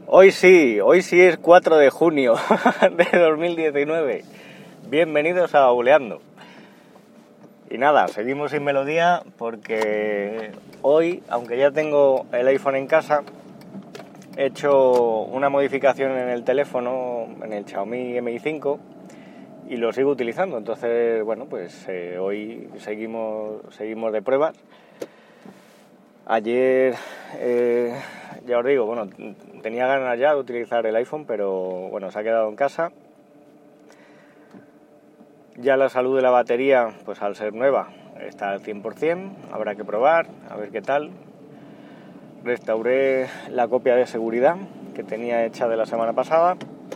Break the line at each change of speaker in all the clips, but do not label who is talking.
Hoy sí es 4 de junio de 2019. Bienvenidos a Bauleando. Y nada, seguimos sin melodía porque hoy, aunque ya tengo el iPhone en casa, he hecho una modificación en el teléfono, en el Xiaomi Mi 5, y lo sigo utilizando. Entonces, bueno, pues hoy seguimos de pruebas. Ayer, ya os digo, bueno, tenía ganas ya de utilizar el iPhone, pero bueno, se ha quedado en casa. Ya la salud de la batería, pues al ser nueva, está al 100%, habrá que probar, a ver qué tal. Restauré la copia de seguridad que tenía hecha de la semana pasada.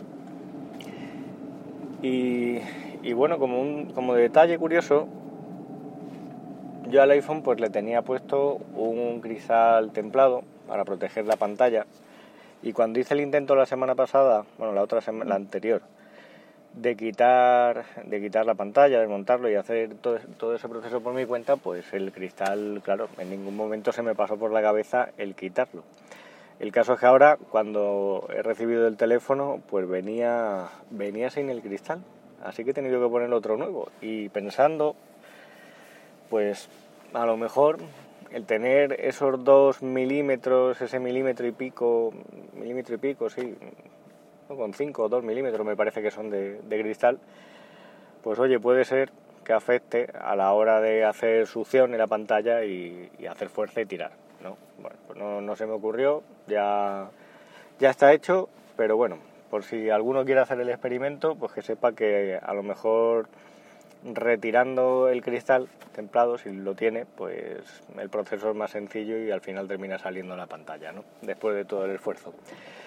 Y bueno, como detalle curioso, yo al iPhone pues le tenía puesto un cristal templado para proteger la pantalla, y cuando hice el intento la semana pasada, bueno, la anterior, de quitar la pantalla, desmontarlo y hacer todo ese proceso por mi cuenta, pues el cristal, claro, en ningún momento se me pasó por la cabeza el quitarlo. El caso es que ahora, cuando he recibido el teléfono, pues venía sin el cristal, así que he tenido que poner otro nuevo. Y pensando, pues a lo mejor el tener esos 2 milímetros, ese milímetro y pico, sí, con 5 o 2 milímetros me parece que son de cristal, pues oye, puede ser que afecte a la hora de hacer succión en la pantalla y hacer fuerza y tirar, ¿no? Bueno, pues no se me ocurrió, ya está hecho, pero bueno, por si alguno quiere hacer el experimento, pues que sepa que a lo mejor retirando el cristal templado, si lo tiene, pues el proceso es más sencillo y al final termina saliendo la pantalla, ¿no? Después de todo el esfuerzo.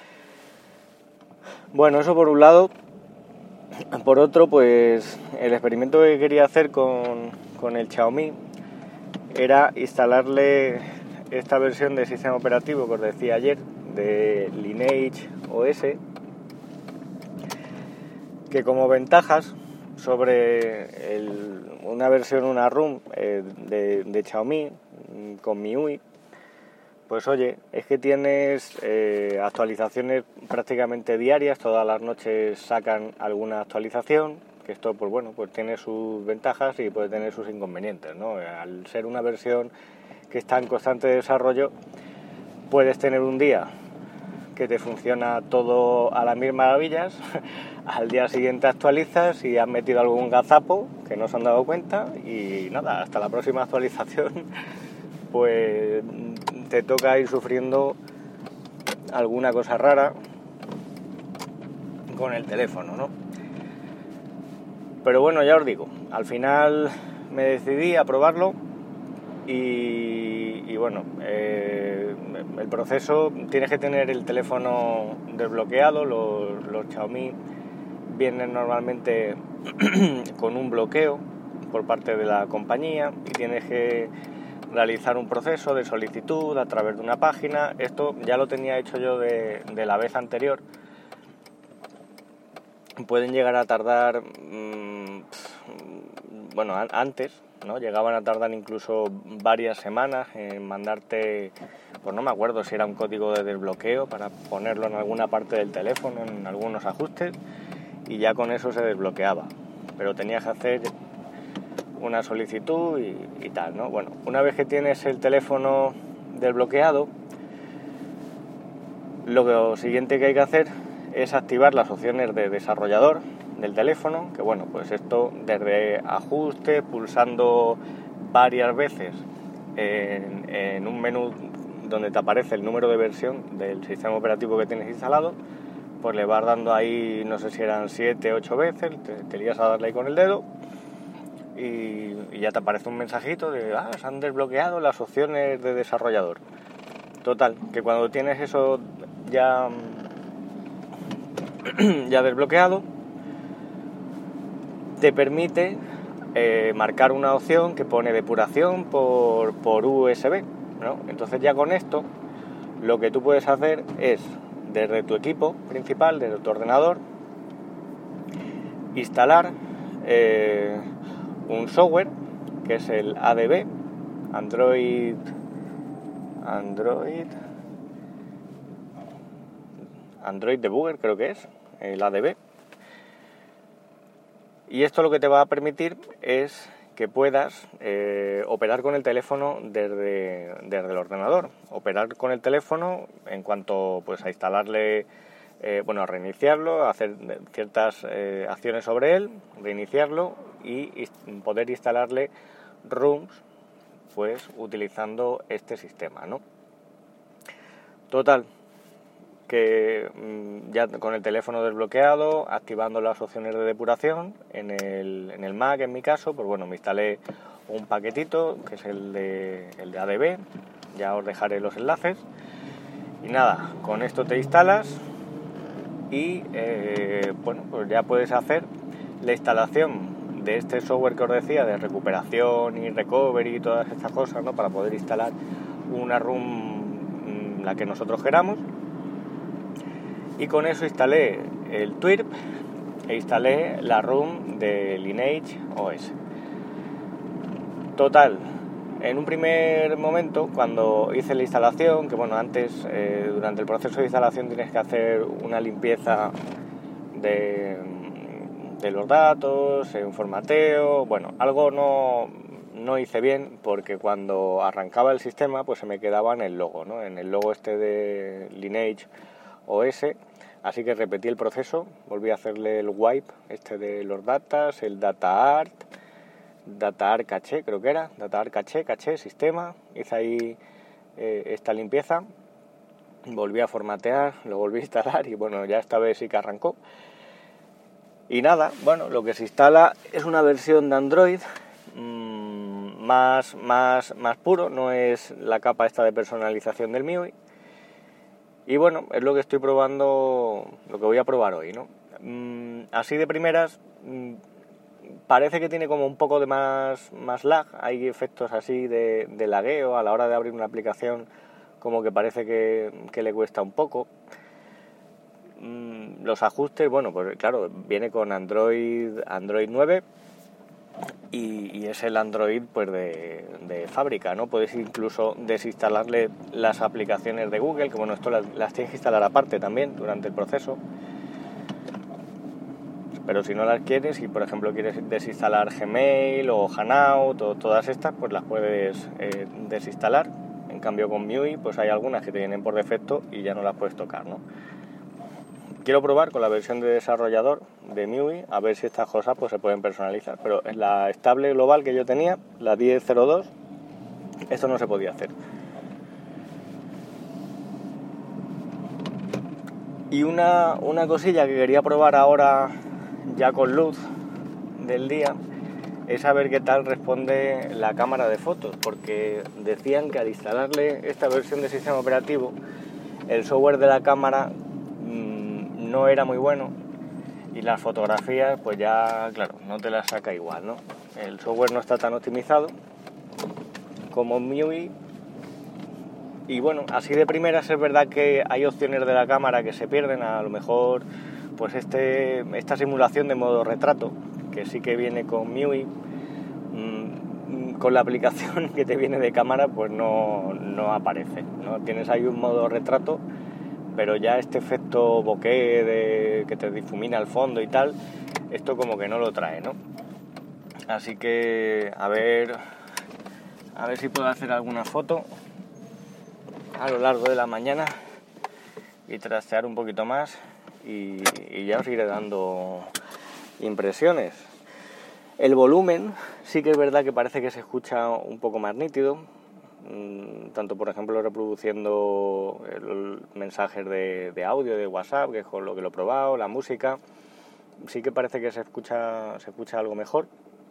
Bueno, eso por un lado. Por otro, pues el experimento que quería hacer con el Xiaomi era instalarle esta versión de sistema operativo que os decía ayer, de Lineage OS, que como ventajas sobre una versión, una ROM de Xiaomi con MIUI, pues oye, es que tienes actualizaciones prácticamente diarias, todas las noches sacan alguna actualización, que esto pues bueno, pues tiene sus ventajas y puede tener sus inconvenientes, ¿no? Al ser una versión que está en constante desarrollo, puedes tener un día que te funciona todo a las mil maravillas, al día siguiente actualizas y has metido algún gazapo que no se han dado cuenta y nada, hasta la próxima actualización pues te toca ir sufriendo alguna cosa rara con el teléfono, ¿no? Pero bueno, ya os digo, al final me decidí a probarlo y bueno, el proceso, tienes que tener el teléfono desbloqueado. Los Xiaomi vienen normalmente con un bloqueo por parte de la compañía y tienes que realizar un proceso de solicitud a través de una página. Esto ya lo tenía hecho yo de la vez anterior. Pueden llegar a tardar, bueno, antes, ¿no? Llegaban a tardar incluso varias semanas en mandarte, pues no me acuerdo si era un código de desbloqueo para ponerlo en alguna parte del teléfono, en algunos ajustes, y ya con eso se desbloqueaba. Pero tenías que hacer una solicitud y tal, ¿no? Bueno, una vez que tienes el teléfono desbloqueado, lo siguiente que hay que hacer es activar las opciones de desarrollador del teléfono, que bueno, pues esto desde ajustes, pulsando varias veces en un menú donde te aparece el número de versión del sistema operativo que tienes instalado, pues le vas dando ahí, no sé si eran 7, 8 veces, te lías a darle ahí con el dedo y ya te aparece un mensajito de se han desbloqueado las opciones de desarrollador. Total, que cuando tienes eso ya desbloqueado, te permite marcar una opción que pone depuración por USB, ¿no? Entonces ya con esto lo que tú puedes hacer es, desde tu equipo principal, desde tu ordenador, instalar un software que es el ADB, Android Debugger, creo que es, el ADB. Y esto lo que te va a permitir es que puedas operar con el teléfono desde el ordenador. Operar con el teléfono en cuanto pues a instalarle, a reiniciarlo, hacer ciertas acciones sobre él, reiniciarlo y poder instalarle ROMs pues utilizando este sistema, ¿no? Total, que ya con el teléfono desbloqueado, activando las opciones de depuración en el Mac, en mi caso, pues bueno, me instalé un paquetito que es el de ADB, ya os dejaré los enlaces, y nada, con esto te instalas y pues ya puedes hacer la instalación de este software que os decía de recuperación y recovery y todas estas cosas, ¿no? Para poder instalar una ROM, la que nosotros queramos. Y con eso instalé el TWIRP e instalé la ROM de Lineage OS. Total, en un primer momento, cuando hice la instalación, que bueno, antes, durante el proceso de instalación tienes que hacer una limpieza de los datos, un formateo, bueno, algo no hice bien porque cuando arrancaba el sistema pues se me quedaba en el logo, ¿no? En el logo este de Lineage OS, así que repetí el proceso, volví a hacerle el wipe este de los datas, el DataArt caché, creo que era, DataArt caché, sistema, hice ahí esta limpieza, volví a formatear, lo volví a instalar y bueno, ya esta vez sí que arrancó. Y nada, bueno, lo que se instala es una versión de Android más puro, no es la capa esta de personalización del MIUI. Y bueno, es lo que estoy probando, lo que voy a probar hoy, ¿no? Así de primeras, parece que tiene como un poco de más lag, hay efectos así de lagueo a la hora de abrir una aplicación, como que parece que le cuesta un poco. Los ajustes, bueno, pues claro, viene con Android 9 y es el Android pues de fábrica, ¿no? Puedes incluso desinstalarle las aplicaciones de Google, que bueno, esto las tienes que instalar aparte también durante el proceso. Pero si no las quieres, y por ejemplo quieres desinstalar Gmail o Hangouts o todas estas, pues las puedes desinstalar. En cambio con MIUI pues hay algunas que te vienen por defecto y ya no las puedes tocar, ¿no? Quiero probar con la versión de desarrollador de MIUI a ver si estas cosas pues se pueden personalizar, pero en la estable global que yo tenía, la 10.02, esto no se podía hacer. Y una cosilla que quería probar ahora ya con luz del día es saber qué tal responde la cámara de fotos, porque decían que al instalarle esta versión de sistema operativo el software de la cámara no era muy bueno y las fotografías pues ya, claro, no te las saca igual, ¿no? El software no está tan optimizado como MIUI. Y bueno, así de primeras es verdad que hay opciones de la cámara que se pierden, a lo mejor pues esta simulación de modo retrato, que sí que viene con MIUI, con la aplicación que te viene de cámara pues no aparece, ¿no? Tienes ahí un modo retrato, pero ya este efecto bokeh que te difumina el fondo y tal, esto como que no lo trae, ¿no? Así que a ver si puedo hacer alguna foto a lo largo de la mañana y trastear un poquito más y ya os iré dando impresiones. El volumen sí que es verdad que parece que se escucha un poco más nítido, tanto por ejemplo reproduciendo mensajes de audio de WhatsApp, que es con lo que lo he probado, la música, sí que parece que se escucha algo mejor.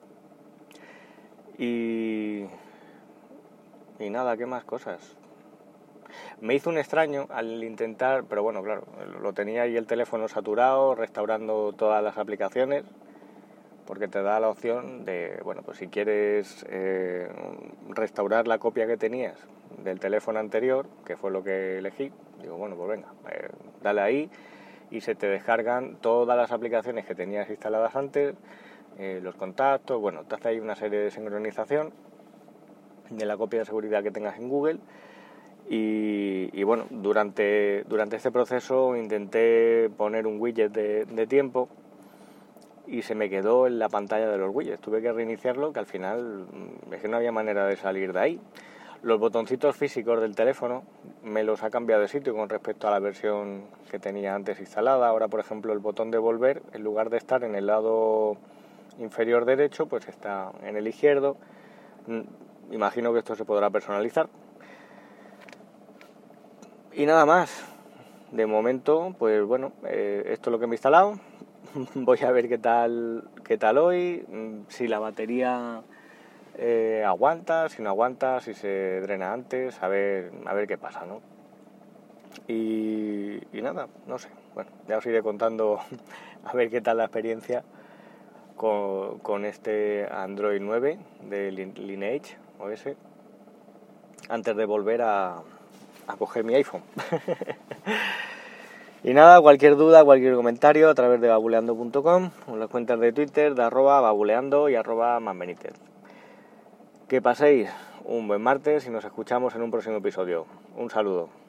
Y nada, ¿qué más cosas? Me hizo un extraño al intentar, pero bueno, claro, lo tenía ahí el teléfono saturado, restaurando todas las aplicaciones, porque te da la opción de, bueno, pues si quieres restaurar la copia que tenías del teléfono anterior, que fue lo que elegí, digo, bueno, pues venga, dale ahí y se te descargan todas las aplicaciones que tenías instaladas antes, los contactos, bueno, te hace ahí una serie de sincronización de la copia de seguridad que tengas en Google Y bueno, durante este proceso intenté poner un widget de tiempo y se me quedó en la pantalla de los widgets. Tuve que reiniciarlo, que al final es que no había manera de salir de ahí. Los botoncitos físicos del teléfono me los ha cambiado de sitio con respecto a la versión que tenía antes instalada. Ahora, por ejemplo, el botón de volver, en lugar de estar en el lado inferior derecho, pues está en el izquierdo. Imagino que esto se podrá personalizar. Y nada más. De momento, pues bueno, esto es lo que me he instalado. Voy a ver qué tal hoy, si la batería aguanta, si no aguanta, si se drena antes, a ver qué pasa, ¿no? Y nada, no sé. Bueno, ya os iré contando a ver qué tal la experiencia con este Android 9 de Lineage OS antes de volver a coger mi iPhone. Y nada, cualquier duda, cualquier comentario a través de babuleando.com o las cuentas de Twitter de @babuleando y @manbenitez. Que paséis un buen martes y nos escuchamos en un próximo episodio. Un saludo.